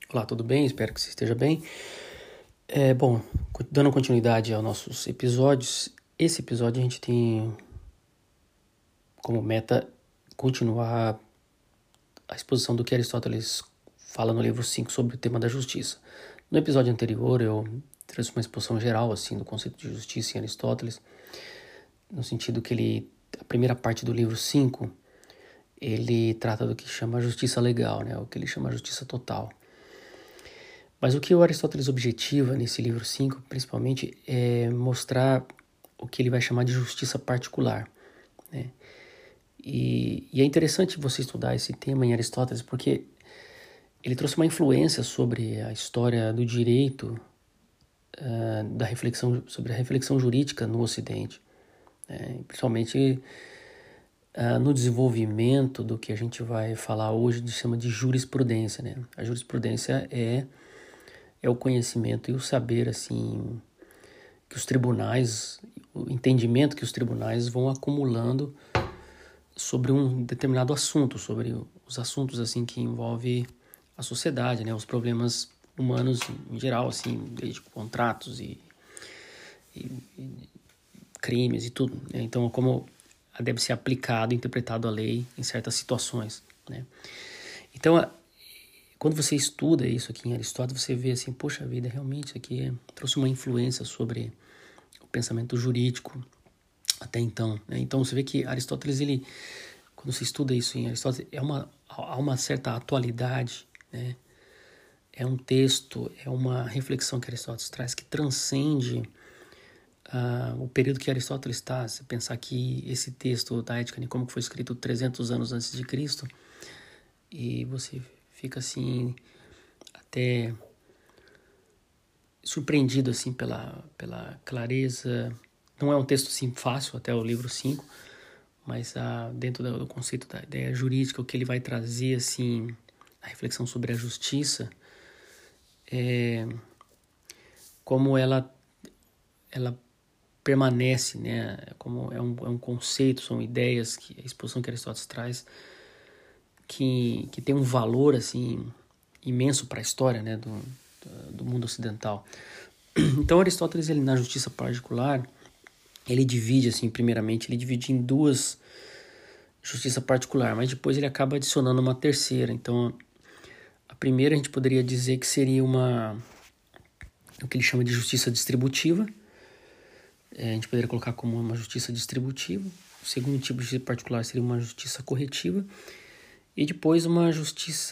Olá, tudo bem? Espero que você esteja bem. Bom, dando continuidade aos nossos episódios, esse episódio a gente tem como meta continuar a exposição do que Aristóteles fala no livro 5 sobre o tema da justiça. No episódio anterior eu trouxe uma exposição geral assim, do conceito de justiça em Aristóteles, no sentido que a primeira parte do livro 5, ele trata do que chama justiça legal, né? O que ele chama justiça total. Mas o que o Aristóteles objetiva nesse livro 5, principalmente, é mostrar o que ele vai chamar de justiça particular, né? E é interessante você estudar esse tema em Aristóteles porque ele trouxe uma influência sobre a história do direito, sobre a reflexão jurídica no Ocidente, né? Principalmente no desenvolvimento do que a gente vai falar hoje, de chama de jurisprudência, né? A jurisprudência é o conhecimento e o saber, assim, que os tribunais, o entendimento que os tribunais vão acumulando sobre um determinado assunto, sobre os assuntos, assim, que envolvem a sociedade, né? Os problemas humanos em geral, assim, desde contratos e crimes e tudo, né? Então, como deve ser aplicado, interpretado a lei em certas situações, né? Então, quando você estuda isso aqui em Aristóteles, você vê assim, poxa vida, realmente isso aqui trouxe uma influência sobre o pensamento jurídico até então, né? Então você vê que Aristóteles, quando você estuda isso em Aristóteles, há uma certa atualidade, né? É um texto, é uma reflexão que Aristóteles traz que transcende o período que Aristóteles está. Se pensar que esse texto da Ética, como foi escrito 300 anos antes de Cristo, e você fica assim até surpreendido assim pela clareza. Não é um texto assim fácil, até o livro 5, mas dentro do conceito da ideia jurídica, o que ele vai trazer assim, a reflexão sobre a justiça, como ela permanece, né? Como é um conceito, são ideias, que a exposição que Aristóteles traz, que tem um valor assim imenso para a história, né, do mundo ocidental. Então Aristóteles, ele na justiça particular, ele divide assim, primeiramente, ele divide em duas justiça particular, mas depois ele acaba adicionando uma terceira. Então a primeira a gente poderia dizer que seria o que ele chama de justiça distributiva. A gente poderia colocar como uma justiça distributiva. O segundo tipo de justiça particular seria uma justiça corretiva. E depois uma justiça,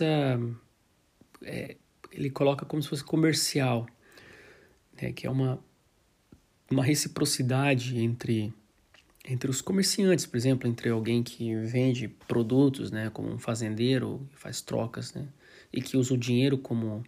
ele coloca como se fosse comercial, né? Que é uma reciprocidade entre os comerciantes, por exemplo, entre alguém que vende produtos, né, como um fazendeiro, que faz trocas, né, e que usa o dinheiro como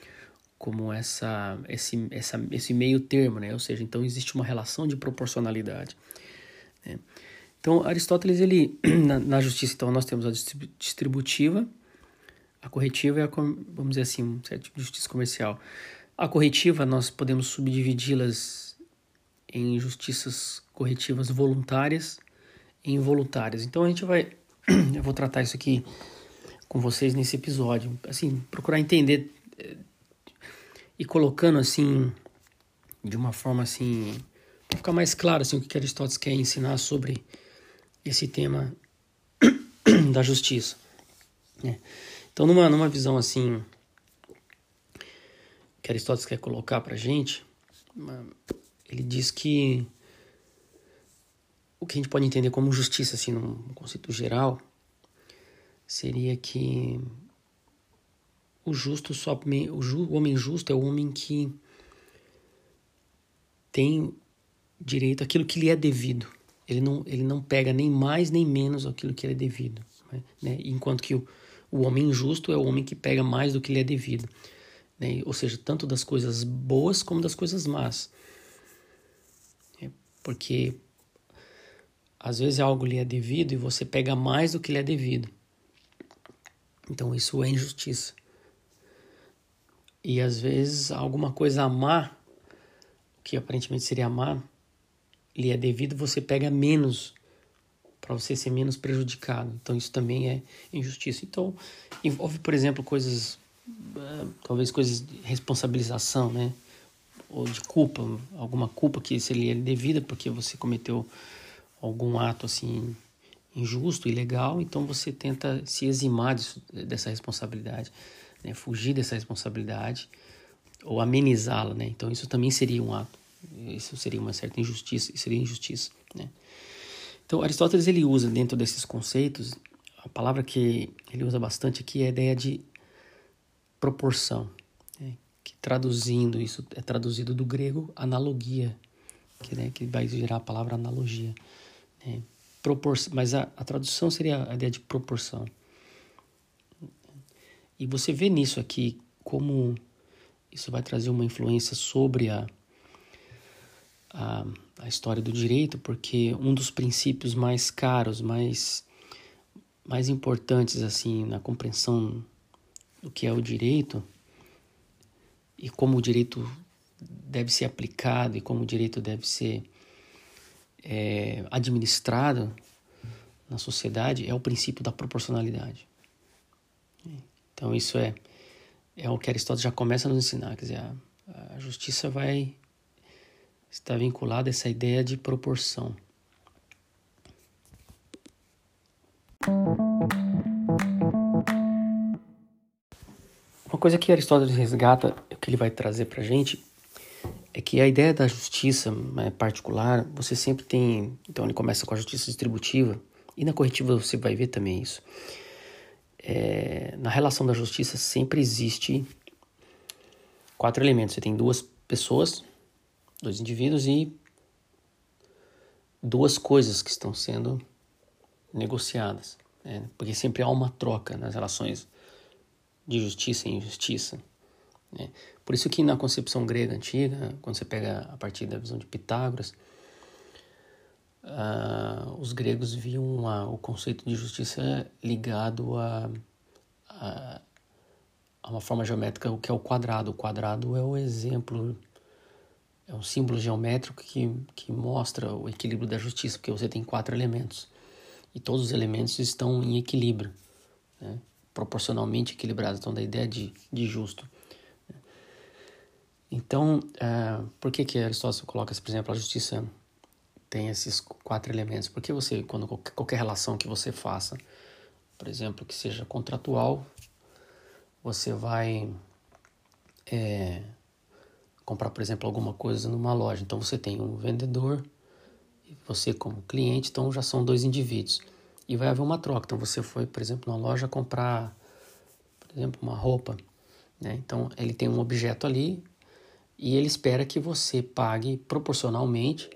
esse meio termo, né? Ou seja, então existe uma relação de proporcionalidade, né? Então Aristóteles, ele na justiça, então nós temos a distributiva, a corretiva e vamos dizer assim, um certo tipo de justiça comercial. A corretiva nós podemos subdividi-las em justiças corretivas voluntárias e involuntárias. Então eu vou tratar isso aqui com vocês nesse episódio, assim, procurar entender e colocando assim de uma forma assim para ficar mais claro assim o que Aristóteles quer ensinar sobre esse tema da justiça, né? Então numa visão assim que Aristóteles quer colocar para a gente, ele diz que o que a gente pode entender como justiça assim num conceito geral seria que o homem justo é o homem que tem direito àquilo que lhe é devido. Ele não pega nem mais nem menos aquilo que lhe é devido, né? Enquanto que o homem injusto é o homem que pega mais do que lhe é devido, né? Ou seja, tanto das coisas boas como das coisas más. Porque às vezes algo lhe é devido e você pega mais do que lhe é devido. Então isso é injustiça. E às vezes alguma coisa má, que aparentemente seria má, lhe é devido, você pega menos para você ser menos prejudicado. Então isso também é injustiça. Então envolve, por exemplo, coisas talvez coisas de responsabilização, né? Ou de culpa, alguma culpa que seria devida porque você cometeu algum ato assim injusto, ilegal, então você tenta se eximar dessa responsabilidade, né? Fugir dessa responsabilidade ou amenizá-la, né? Então isso também seria um ato, isso seria uma certa injustiça, seria injustiça, né? Então Aristóteles ele usa dentro desses conceitos, a palavra que ele usa bastante aqui é a ideia de proporção, né? Que traduzindo, isso é traduzido do grego analogia, que vai gerar a palavra analogia, né? Mas a tradução seria a ideia de proporção. E você vê nisso aqui como isso vai trazer uma influência sobre a história do direito, porque um dos princípios mais caros, mais importantes assim na compreensão do que é o direito e como o direito deve ser aplicado e como o direito deve ser administrado na sociedade é o princípio da proporcionalidade. Então isso é o que Aristóteles já começa a nos ensinar, quer dizer, a justiça vai estar vinculada a essa ideia de proporção. Uma coisa que Aristóteles resgata, que ele vai trazer para a gente, é que a ideia da justiça particular, você sempre tem... Então ele começa com a justiça distributiva, e na corretiva você vai ver também isso. Na relação da justiça sempre existe 4 elementos. Você tem 2 pessoas, 2 indivíduos e 2 coisas que estão sendo negociadas, né? Porque sempre há uma troca nas relações de justiça e injustiça, né? Por isso que na concepção grega antiga, quando você pega a partir da visão de Pitágoras, os gregos viam o conceito de justiça ligado a uma forma geométrica, o que é o quadrado. O quadrado é o exemplo, é um símbolo geométrico que mostra o equilíbrio da justiça, porque você tem 4 elementos e todos os elementos estão em equilíbrio, né? Proporcionalmente equilibrados, então da ideia de justo. Então, por que Aristóteles coloca, por exemplo, a justiça tem esses 4 elementos? Porque você, quando qualquer relação que você faça, por exemplo, que seja contratual, você vai comprar, por exemplo, alguma coisa numa loja. Então você tem um vendedor e você como cliente, então já são 2 indivíduos. E vai haver uma troca. Então você foi, por exemplo, na loja comprar, por exemplo, uma roupa, né? Então ele tem um objeto ali e ele espera que você pague proporcionalmente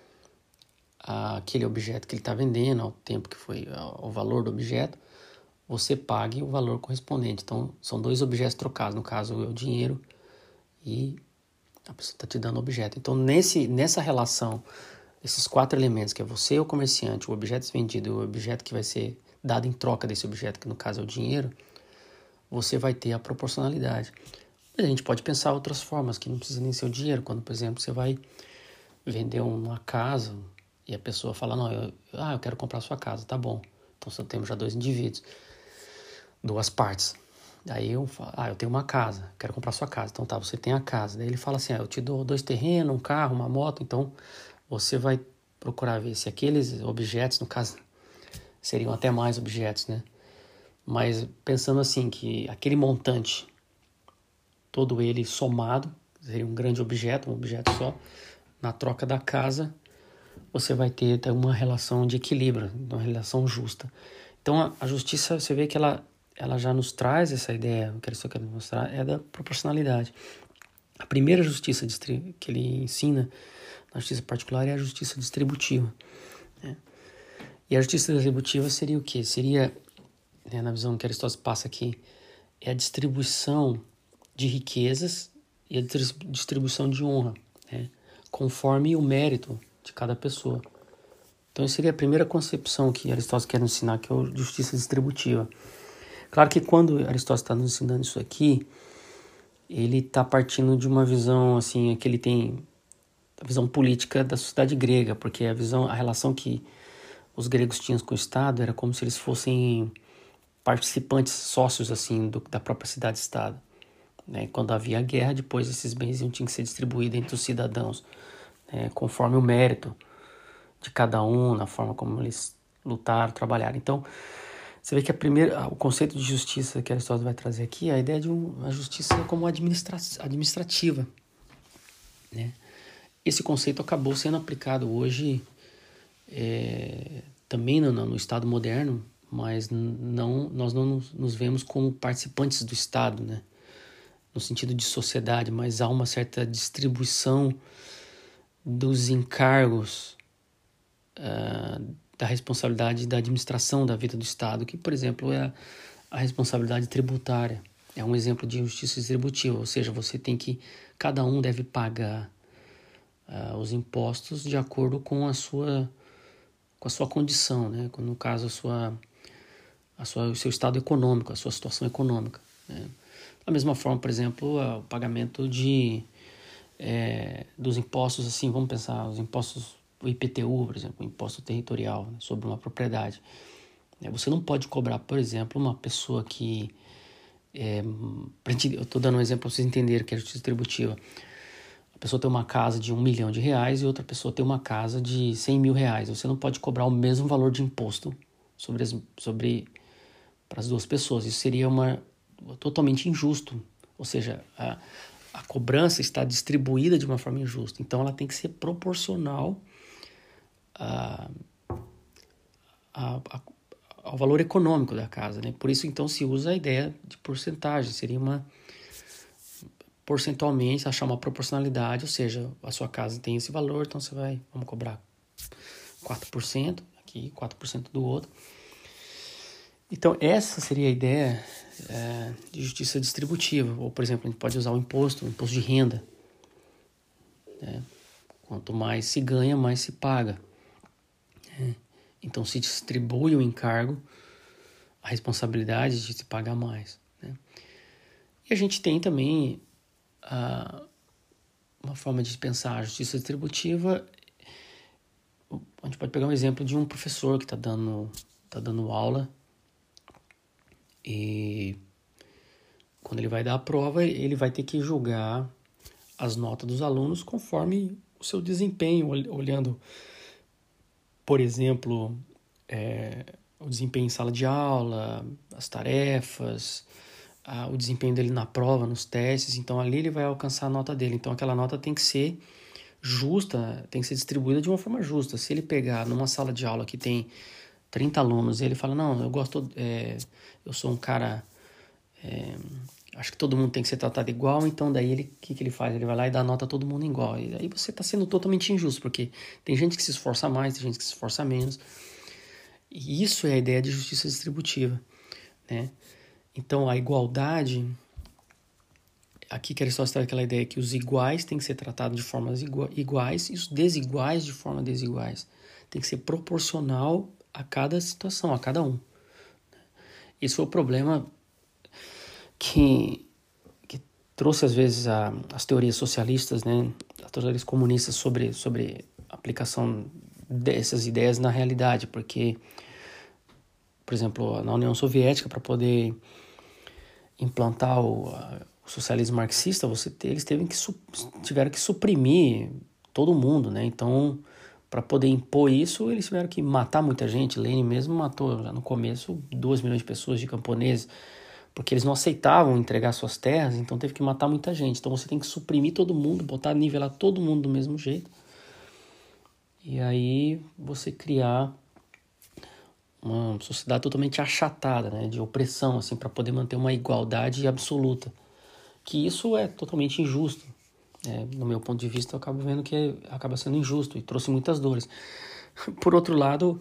aquele objeto que ele está vendendo, ao tempo que foi, ao valor do objeto, você pague o valor correspondente. Então são 2 objetos trocados, no caso é o dinheiro e a pessoa está te dando o objeto. Então nessa relação, esses 4 elementos, que é você, o comerciante, o objeto vendido e o objeto que vai ser dado em troca desse objeto, que no caso é o dinheiro, você vai ter a proporcionalidade. Mas a gente pode pensar outras formas, que não precisa nem ser o dinheiro. Quando, por exemplo, você vai vender uma casa e a pessoa fala, não, eu quero comprar a sua casa, tá bom. Então só temos já 2 indivíduos, 2 partes. Daí eu falo, eu tenho uma casa, quero comprar a sua casa. Então tá, você tem a casa. Daí ele fala assim, eu te dou 2 terrenos, um carro, uma moto. Então você vai procurar ver se aqueles objetos, no caso, seriam até mais objetos, né? Mas pensando assim, que aquele montante, todo ele somado, seria um grande objeto, um objeto só, na troca da casa, você vai ter uma relação de equilíbrio, uma relação justa. Então a justiça, você vê que ela já nos traz essa ideia, o que eu só quero mostrar, é da proporcionalidade. A primeira justiça que ele ensina na justiça particular é a justiça distributiva, né? E a justiça distributiva seria o quê? Seria, né, na visão que Aristóteles passa aqui, é a distribuição de riquezas e a distribuição de honra, né, conforme o mérito de cada pessoa. Então, essa seria a primeira concepção que Aristóteles quer nos ensinar, que é a justiça distributiva. Claro que quando Aristóteles está nos ensinando isso aqui, ele está partindo de uma visão, assim, que ele tem a visão política da sociedade grega, porque a relação que os gregos tinham com o Estado era como se eles fossem participantes, sócios, assim, da própria cidade-estado. né? Quando havia guerra, depois esses bens tinham que ser distribuídos entre os cidadãos, né? Conforme o mérito de cada um, na forma como eles lutaram, trabalharam. Então, você vê que o conceito de justiça que Aristóteles vai trazer aqui é a ideia de uma justiça como administrativa, né? Esse conceito acabou sendo aplicado hoje também no Estado moderno, mas nós não nos vemos como participantes do Estado, né? No sentido de sociedade, mas há uma certa distribuição dos encargos da responsabilidade da administração da vida do Estado, que, por exemplo, é a responsabilidade tributária. É um exemplo de justiça distributiva, ou seja, cada um deve pagar os impostos de acordo com a sua condição, né? No caso, o seu estado econômico, a sua situação econômica, né? Da mesma forma, por exemplo, o pagamento dos impostos, assim, vamos pensar, os impostos, o IPTU, por exemplo, o imposto territorial, né, sobre uma propriedade. Você não pode cobrar, por exemplo, uma pessoa que... eu estou dando um exemplo para vocês entenderem que é justiça distributiva. A pessoa tem uma casa de R$1 milhão e outra pessoa tem uma casa de R$100 mil. Você não pode cobrar o mesmo valor de imposto para as duas pessoas. Isso seria totalmente injusto. Ou seja, a cobrança está distribuída de uma forma injusta. Então, ela tem que ser proporcional ao valor econômico da casa, né? Por isso, então, se usa a ideia de porcentagem. Seria porcentualmente, achar uma proporcionalidade, ou seja, a sua casa tem esse valor, então vamos cobrar 4% aqui, 4% do outro. Então, essa seria a ideia de justiça distributiva. Ou, por exemplo, a gente pode usar o imposto de renda, né? Quanto mais se ganha, mais se paga, né? Então, se distribui o encargo, a responsabilidade de se pagar mais, né? E a gente tem também uma forma de pensar a justiça distributiva. A gente pode pegar um exemplo de um professor que está dando aula, e quando ele vai dar a prova, ele vai ter que julgar as notas dos alunos conforme o seu desempenho, olhando, por exemplo, o desempenho em sala de aula, as tarefas, o desempenho dele na prova, nos testes. Então, ali ele vai alcançar a nota dele. Então, aquela nota tem que ser justa, tem que ser distribuída de uma forma justa. Se ele pegar numa sala de aula que tem 30 alunos e ele fala, não, eu sou um cara, acho que todo mundo tem que ser tratado igual, então daí o que ele faz? Ele vai lá e dá nota a todo mundo igual. E aí você está sendo totalmente injusto, porque tem gente que se esforça mais, tem gente que se esforça menos. E isso é a ideia de justiça distributiva, né? Então, a igualdade, aqui que Aristóteles traz aquela ideia que os iguais têm que ser tratados de formas iguais e os desiguais de forma desiguais. Tem que ser proporcional a cada situação, a cada um. Esse foi o problema que trouxe, às vezes, as teorias socialistas, né, as teorias comunistas sobre a aplicação dessas ideias na realidade, porque, por exemplo, na União Soviética, para implantar o socialismo marxista, eles tiveram que suprimir todo mundo, né? Então, para poder impor isso, eles tiveram que matar muita gente. Lenin mesmo matou, já no começo, 2 milhões de pessoas, de camponeses, porque eles não aceitavam entregar suas terras, então teve que matar muita gente. Então, você tem que suprimir todo mundo, nivelar todo mundo do mesmo jeito. E aí, você criar uma sociedade totalmente achatada, né, de opressão, assim, para poder manter uma igualdade absoluta. Que isso é totalmente injusto. No meu ponto de vista, eu acabo vendo que acaba sendo injusto e trouxe muitas dores. Por outro lado,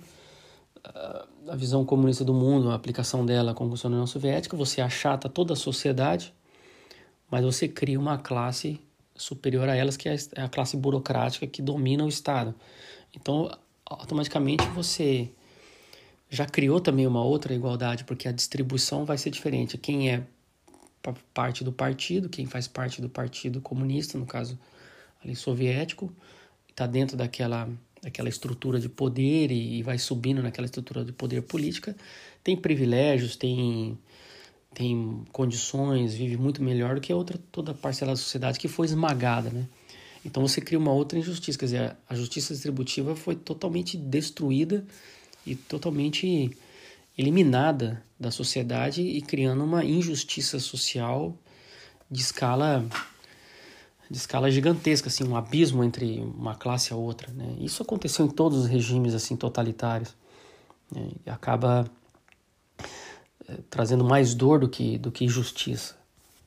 a visão comunista do mundo, a aplicação dela como funciona na União Soviética, você achata toda a sociedade, mas você cria uma classe superior a elas, que é a classe burocrática que domina o Estado. Então, automaticamente, você já criou também uma outra igualdade, porque a distribuição vai ser diferente. Quem é parte do partido, quem faz parte do partido comunista, no caso ali soviético, está dentro daquela estrutura de poder e vai subindo naquela estrutura de poder política, tem privilégios, tem tem condições, vive muito melhor do que toda a parcela da sociedade que foi esmagada, né? Então você cria uma outra injustiça, quer dizer, a justiça distributiva foi totalmente destruída e totalmente eliminada da sociedade e criando uma injustiça social de escala gigantesca, assim, um abismo entre uma classe e a outra, né? Isso aconteceu em todos os regimes assim totalitários, né? E acaba trazendo mais dor do que justiça.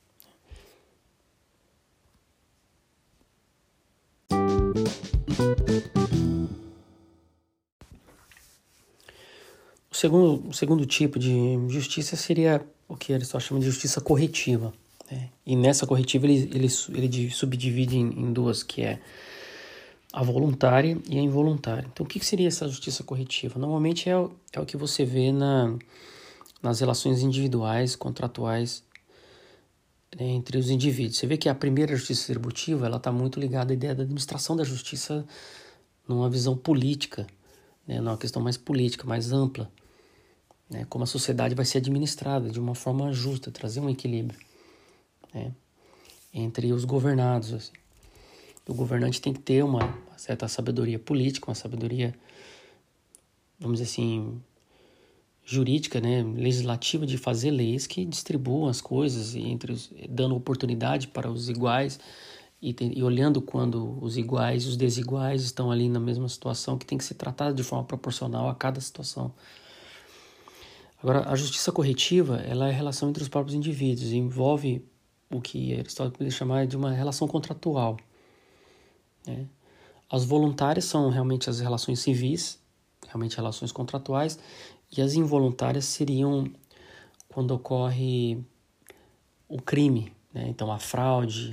O segundo tipo de justiça seria o que eles chamam de justiça corretiva, né? E nessa corretiva ele subdivide em duas, que é a voluntária e a involuntária. Então, o que seria essa justiça corretiva? Normalmente é o que você vê nas relações individuais, contratuais, né, entre os indivíduos. Você vê que a primeira justiça distributiva ela está muito ligada à ideia da administração da justiça numa visão política, né, numa questão mais política, mais ampla, né, como a sociedade vai ser administrada de uma forma justa, trazer um equilíbrio, né, entre os governados. Assim. O governante tem que ter uma certa sabedoria política, uma sabedoria, vamos dizer assim, jurídica, né, legislativa, de fazer leis que distribuam as coisas dando oportunidade para os iguais e olhando quando os iguais e os desiguais estão ali na mesma situação, que tem que ser tratada de forma proporcional a cada situação. Agora, a justiça corretiva, ela é a relação entre os próprios indivíduos, envolve o que Aristóteles poderia chamar de uma relação contratual, né? As voluntárias são realmente as relações civis, realmente relações contratuais, e as involuntárias seriam quando ocorre o crime, né? Então a fraude,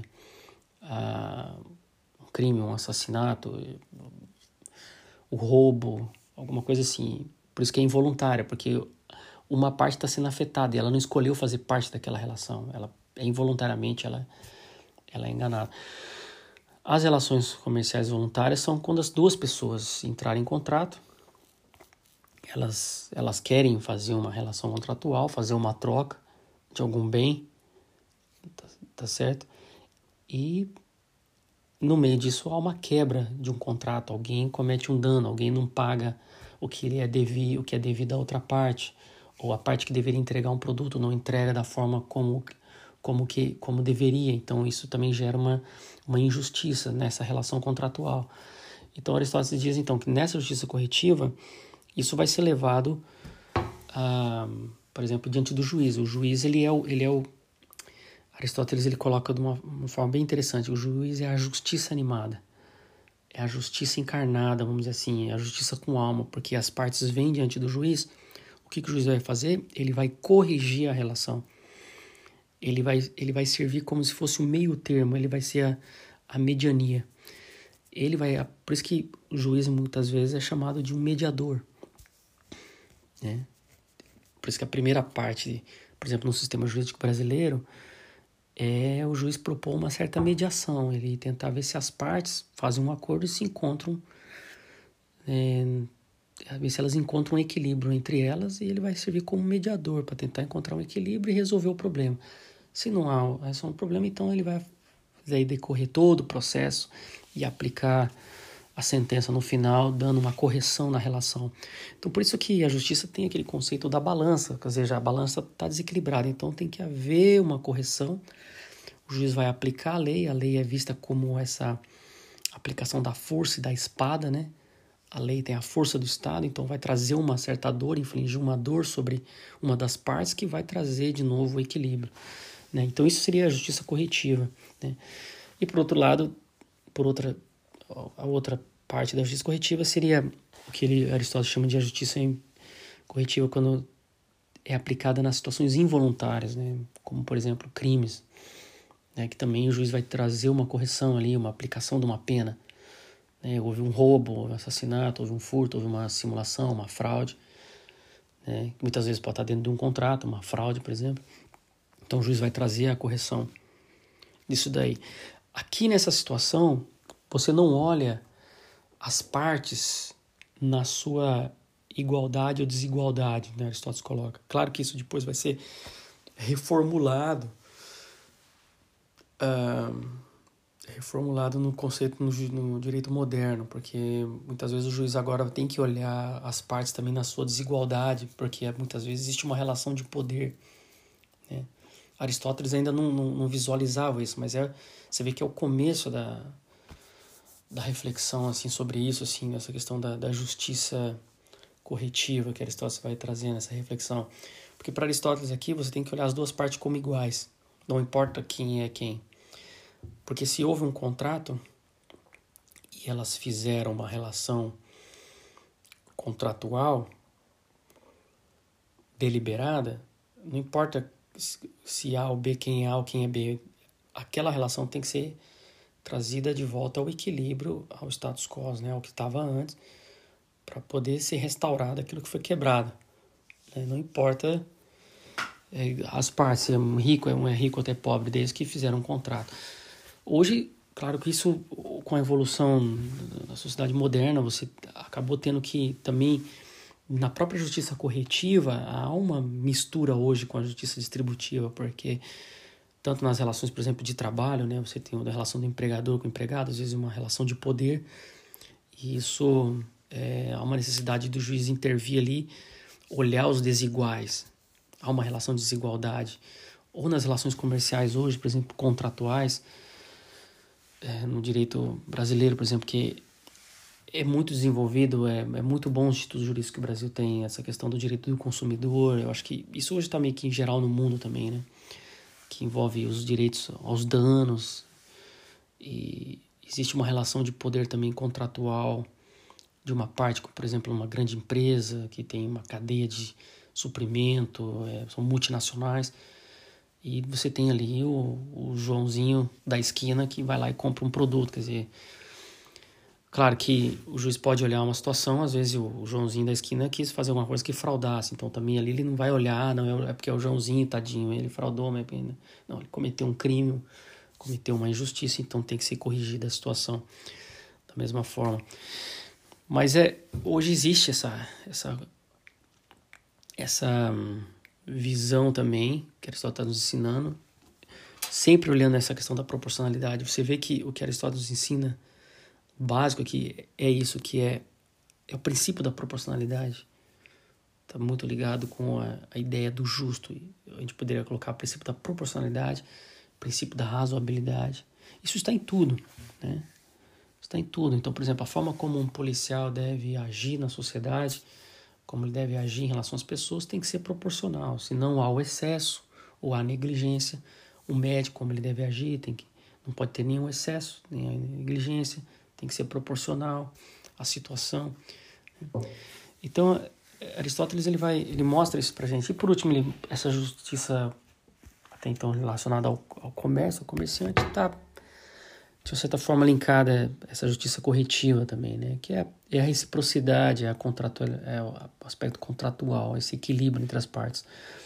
um crime, um assassinato, o roubo, alguma coisa assim. Por isso que é involuntária, porque uma parte está sendo afetada e ela não escolheu fazer parte daquela relação. Ela involuntariamente ela é enganada. As relações comerciais voluntárias são quando as duas pessoas entrarem em contrato, elas querem fazer uma relação contratual, fazer uma troca de algum bem, tá certo? E no meio disso há uma quebra de um contrato, alguém comete um dano, alguém não paga o que é devido à outra parte, ou a parte que deveria entregar um produto não entrega da forma como deveria. Então isso também gera uma injustiça nessa relação contratual. Então Aristóteles diz então que nessa justiça corretiva isso vai ser levado por exemplo, diante do juiz. O juiz Aristóteles ele coloca de uma forma bem interessante. O juiz é a justiça animada, é a justiça encarnada, vamos dizer assim, é a justiça com alma, porque as partes vêm diante do juiz. O que o juiz vai fazer? Ele vai corrigir a relação. Ele vai servir como se fosse um meio termo, ele vai ser a mediania. Por isso que o juiz muitas vezes é chamado de um mediador, né? Por isso que a primeira parte, por exemplo, no sistema jurídico brasileiro, é o juiz propor uma certa mediação, ele tentar ver se as partes fazem um acordo e se encontram, ver se elas encontram um equilíbrio entre elas, e ele vai servir como mediador para tentar encontrar um equilíbrio e resolver o problema. Se não há um problema, então ele vai decorrer todo o processo e aplicar a sentença no final, dando uma correção na relação. Então, por isso que a justiça tem aquele conceito da balança, quer dizer, a balança está desequilibrada, então tem que haver uma correção. O juiz vai aplicar a lei é vista como essa aplicação da força e da espada, né? A lei tem a força do Estado, então vai trazer uma certa dor, infligir uma dor sobre uma das partes que vai trazer de novo o equilíbrio, né? Então isso seria a justiça corretiva, né? E por outro lado, a outra parte da justiça corretiva seria o que Aristóteles chama de a justiça corretiva quando é aplicada nas situações involuntárias, né? Como, por exemplo, crimes, né? Que também o juiz vai trazer uma correção ali, uma aplicação de uma pena, né? Houve um roubo, houve um assassinato, houve um furto, houve uma simulação, uma fraude, né? Que muitas vezes pode estar dentro de um contrato, uma fraude, por exemplo. Então o juiz vai trazer a correção disso daí. Aqui nessa situação, você não olha as partes na sua igualdade ou desigualdade, né? Aristóteles coloca. Claro que isso depois vai ser reformulado, reformulado no conceito no direito moderno, porque muitas vezes o juiz agora tem que olhar as partes também na sua desigualdade, porque muitas vezes existe uma relação de poder, né? Aristóteles ainda não visualizava isso, mas você vê que é o começo da reflexão assim, sobre isso, assim, essa questão da justiça corretiva que Aristóteles vai trazendo, essa reflexão. Porque para Aristóteles aqui você tem que olhar as duas partes como iguais, não importa quem é quem. Porque se houve um contrato e elas fizeram uma relação contratual deliberada, não importa se A ou B, quem é A ou quem é B, aquela relação tem que ser trazida de volta ao equilíbrio, ao status quo, né, ao que estava antes, para poder ser restaurado aquilo que foi quebrado. Não importa as partes, se é rico, um é rico ou até pobre, desde que fizeram um contrato. Hoje, claro que isso, com a evolução da sociedade moderna, você acabou tendo que também, na própria justiça corretiva, há uma mistura hoje com a justiça distributiva, porque tanto nas relações, por exemplo, de trabalho, né, você tem a relação do empregador com o empregado, às vezes uma relação de poder, e isso há uma necessidade do juiz intervir ali, olhar os desiguais, há uma relação de desigualdade, ou nas relações comerciais hoje, por exemplo, contratuais, no direito brasileiro, por exemplo, que é muito desenvolvido, é muito bom os institutos jurídicos que o Brasil tem, essa questão do direito do consumidor, eu acho que isso hoje está meio que em geral no mundo também, né? Que envolve os direitos aos danos, e existe uma relação de poder também contratual de uma parte, por exemplo, uma grande empresa que tem uma cadeia de suprimento, são multinacionais, e você tem ali o Joãozinho da esquina que vai lá e compra um produto, quer dizer, claro que o juiz pode olhar uma situação, às vezes o Joãozinho da esquina quis fazer uma coisa que fraudasse, então também ali ele não vai olhar, não é porque é o Joãozinho, tadinho, ele fraudou, mas não, ele cometeu um crime, cometeu uma injustiça, então tem que ser corrigida a situação da mesma forma. Mas hoje existe essa visão também, que Aristóteles está nos ensinando, sempre olhando essa questão da proporcionalidade. Você vê que o que Aristóteles nos ensina, o básico aqui, é isso, que é o princípio da proporcionalidade. Está muito ligado com a ideia do justo. A gente poderia colocar o princípio da proporcionalidade, o princípio da razoabilidade. Isso está em tudo, né? Está em tudo. Então, por exemplo, a forma como um policial deve agir na sociedade, como ele deve agir em relação às pessoas, tem que ser proporcional. Senão há o excesso ou há negligência. O médico, como ele deve agir, não pode ter nenhum excesso, nem negligência. Tem que ser proporcional à situação. Então, Aristóteles ele mostra isso pra gente. E por último, essa justiça até então relacionada ao comércio, ao comerciante, está de certa forma linkada a essa justiça corretiva também, né? Que é a reciprocidade, o aspecto contratual, esse equilíbrio entre as partes.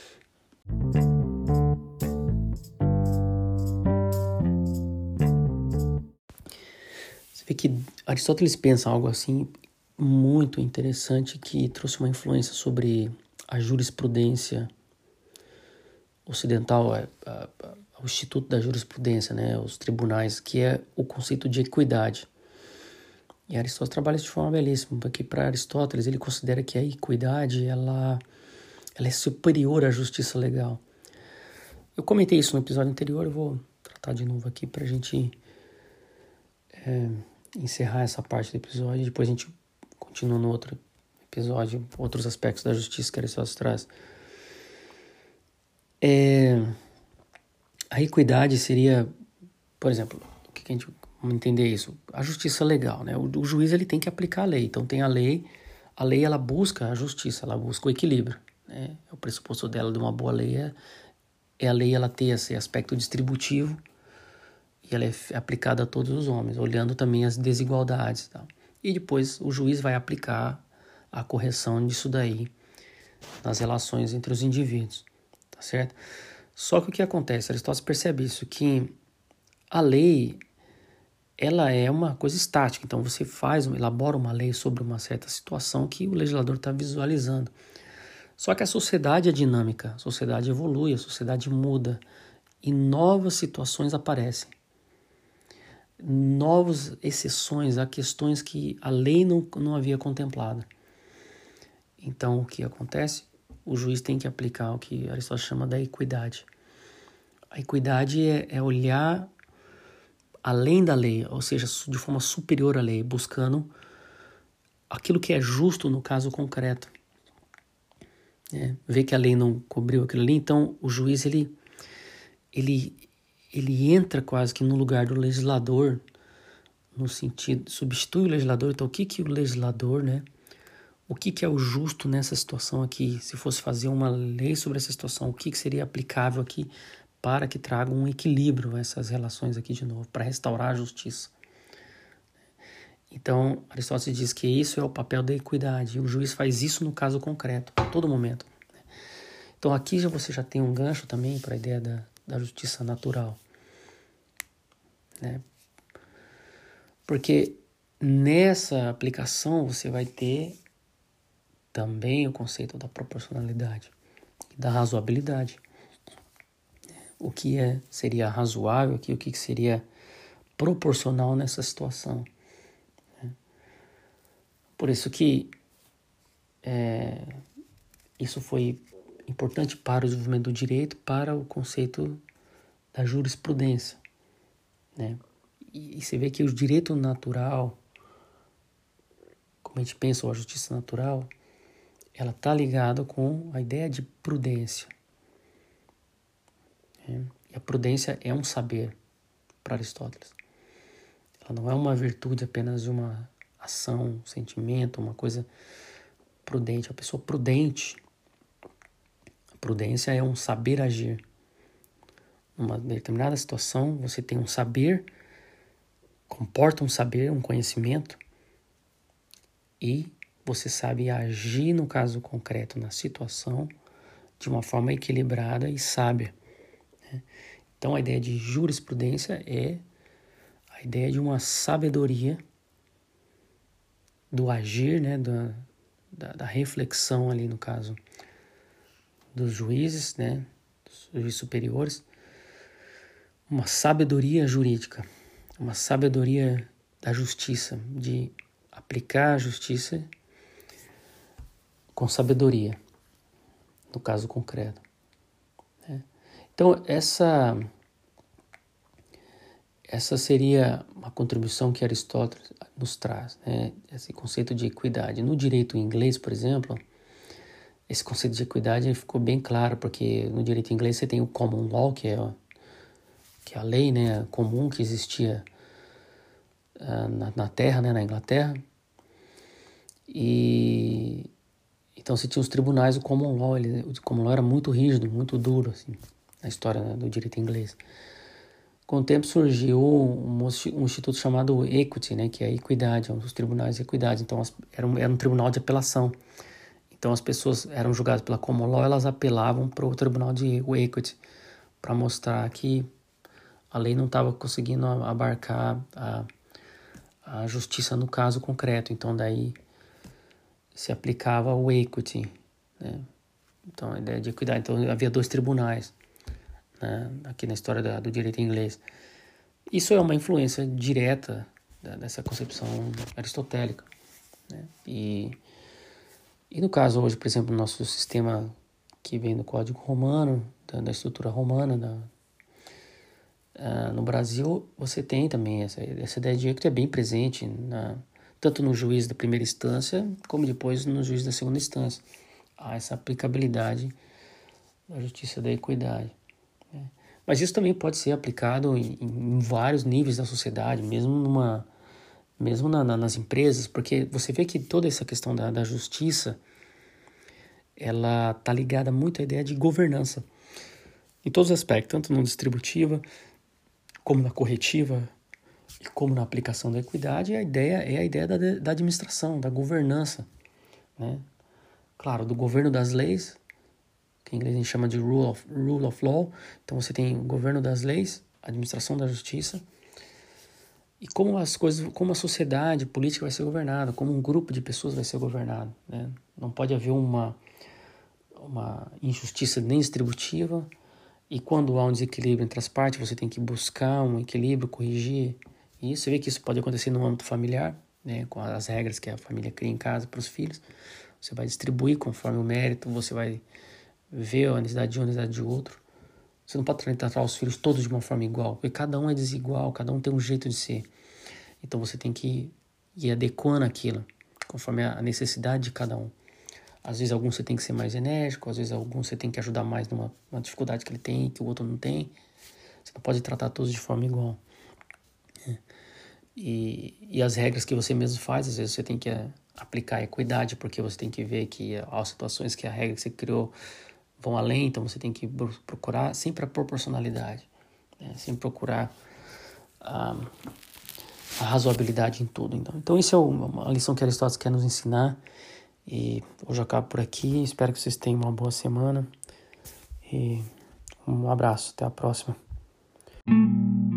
Você vê que Aristóteles pensa algo assim muito interessante que trouxe uma influência sobre a jurisprudência ocidental, o Instituto da Jurisprudência, né, os tribunais, que é o conceito de equidade. E Aristóteles trabalha isso de forma belíssima, porque para Aristóteles ele considera que a equidade ela é superior à justiça legal. Eu comentei isso no episódio anterior, eu vou tratar de novo aqui para a gente encerrar essa parte do episódio, e depois a gente continua no outro episódio, outros aspectos da justiça que Aristóteles traz. A equidade seria, por exemplo, o que a gente vamos entender isso? A justiça legal, né? O juiz ele tem que aplicar a lei. Então tem a lei ela busca a justiça, ela busca o equilíbrio, né? O pressuposto dela de uma boa lei é a lei ela ter esse aspecto distributivo e ela é aplicada a todos os homens, olhando também as desigualdades, tá? E depois o juiz vai aplicar a correção disso daí nas relações entre os indivíduos, tá certo? Só que o que acontece? Aristóteles percebe isso, que a lei ela é uma coisa estática. Então você elabora uma lei sobre uma certa situação que o legislador está visualizando. Só que a sociedade é dinâmica, a sociedade evolui, a sociedade muda e novas situações aparecem. Novas exceções a questões que a lei não havia contemplado. Então, o que acontece? O juiz tem que aplicar o que Aristóteles chama da equidade. A equidade é olhar além da lei, ou seja, de forma superior à lei, buscando aquilo que é justo no caso concreto. Ver que a lei não cobriu aquilo ali, então o juiz ele entra quase que no lugar do legislador, no sentido, substitui o legislador. Então, o que o legislador, o que é o justo nessa situação aqui? Se fosse fazer uma lei sobre essa situação, o que seria aplicável aqui para que traga um equilíbrio a essas relações aqui de novo, para restaurar a justiça? Então, Aristóteles diz que isso é o papel da equidade, e o juiz faz isso no caso concreto, a todo momento. Então, aqui você já tem um gancho também para a ideia da justiça natural. Porque nessa aplicação você vai ter também o conceito da proporcionalidade e da razoabilidade. O que seria razoável aqui, o que seria proporcional nessa situação. Por isso que isso foi importante para o desenvolvimento do direito, para o conceito da jurisprudência. E você vê que o direito natural, como a gente pensa, ou a justiça natural, ela está ligada com a ideia de prudência. E a prudência é um saber para Aristóteles. Ela não é uma virtude apenas de uma ação, um sentimento, uma coisa prudente. A pessoa prudente, a prudência é um saber agir. Numa determinada situação, você tem um saber, comporta um saber, um conhecimento, e você sabe agir no caso concreto, na situação, de uma forma equilibrada e sábia. Então, a ideia de jurisprudência é a ideia de uma sabedoria do agir, da reflexão ali, no caso dos juízes, dos juízes superiores, uma sabedoria jurídica, uma sabedoria da justiça, de aplicar a justiça com sabedoria, no caso concreto. Então, essa seria uma contribuição que Aristóteles nos traz, esse conceito de equidade. No direito inglês, por exemplo, esse conceito de equidade ficou bem claro, porque no direito inglês você tem o common law, que é a lei comum que existia na terra, na Inglaterra. E então você tinha os tribunais, o common law. O common law era muito rígido, muito duro, assim, na história do direito inglês. Com o tempo surgiu um instituto chamado Equity, que é a equidade, é um dos tribunais de equidade. Então, era um tribunal de apelação. Então, as pessoas eram julgadas pela common law, elas apelavam para o tribunal de Equity, para mostrar que a lei não estava conseguindo abarcar a justiça no caso concreto. Então, daí se aplicava o Equity. Então, a ideia de equidade. Então, havia 2 tribunais. Aqui na história do direito inglês. Isso é uma influência direta dessa concepção aristotélica. E no caso hoje, por exemplo, no nosso sistema que vem do Código Romano, da estrutura romana, no Brasil, você tem também essa ideia de equity é bem presente, tanto no juiz da primeira instância, como depois no juiz da segunda instância. Há essa aplicabilidade da justiça da equidade. Mas isso também pode ser aplicado em vários níveis da sociedade, mesmo nas empresas, porque você vê que toda essa questão da justiça, ela está ligada muito à ideia de governança, em todos os aspectos, tanto na distributiva, como na corretiva, e como na aplicação da equidade. A ideia é a ideia da administração, da governança. Claro, do governo das leis, que em inglês a gente chama de rule of law. Então você tem o governo das leis, a administração da justiça, e como a sociedade política vai ser governada, como um grupo de pessoas vai ser governado. Não pode haver uma injustiça nem distributiva, e quando há um desequilíbrio entre as partes, você tem que buscar um equilíbrio, corrigir. E você vê que isso pode acontecer no âmbito familiar, né, com as regras que a família cria em casa para os filhos. Você vai distribuir conforme o mérito, você vai ver a necessidade de um, a necessidade de outro. Você não pode tratar os filhos todos de uma forma igual, porque cada um é desigual, cada um tem um jeito de ser. Então você tem que ir adequando aquilo, conforme a necessidade de cada um. Às vezes alguns você tem que ser mais enérgico, às vezes alguns você tem que ajudar mais numa dificuldade que ele tem, que o outro não tem. Você não pode tratar todos de forma igual. E as regras que você mesmo faz, às vezes você tem que aplicar a equidade, porque você tem que ver que há situações que a regra que você criou vão além, então você tem que procurar sempre a proporcionalidade, né? Sempre procurar a razoabilidade em tudo. Então isso é uma lição que Aristóteles quer nos ensinar. E hoje eu acabo por aqui. Espero que vocês tenham uma boa semana. E um abraço. Até a próxima.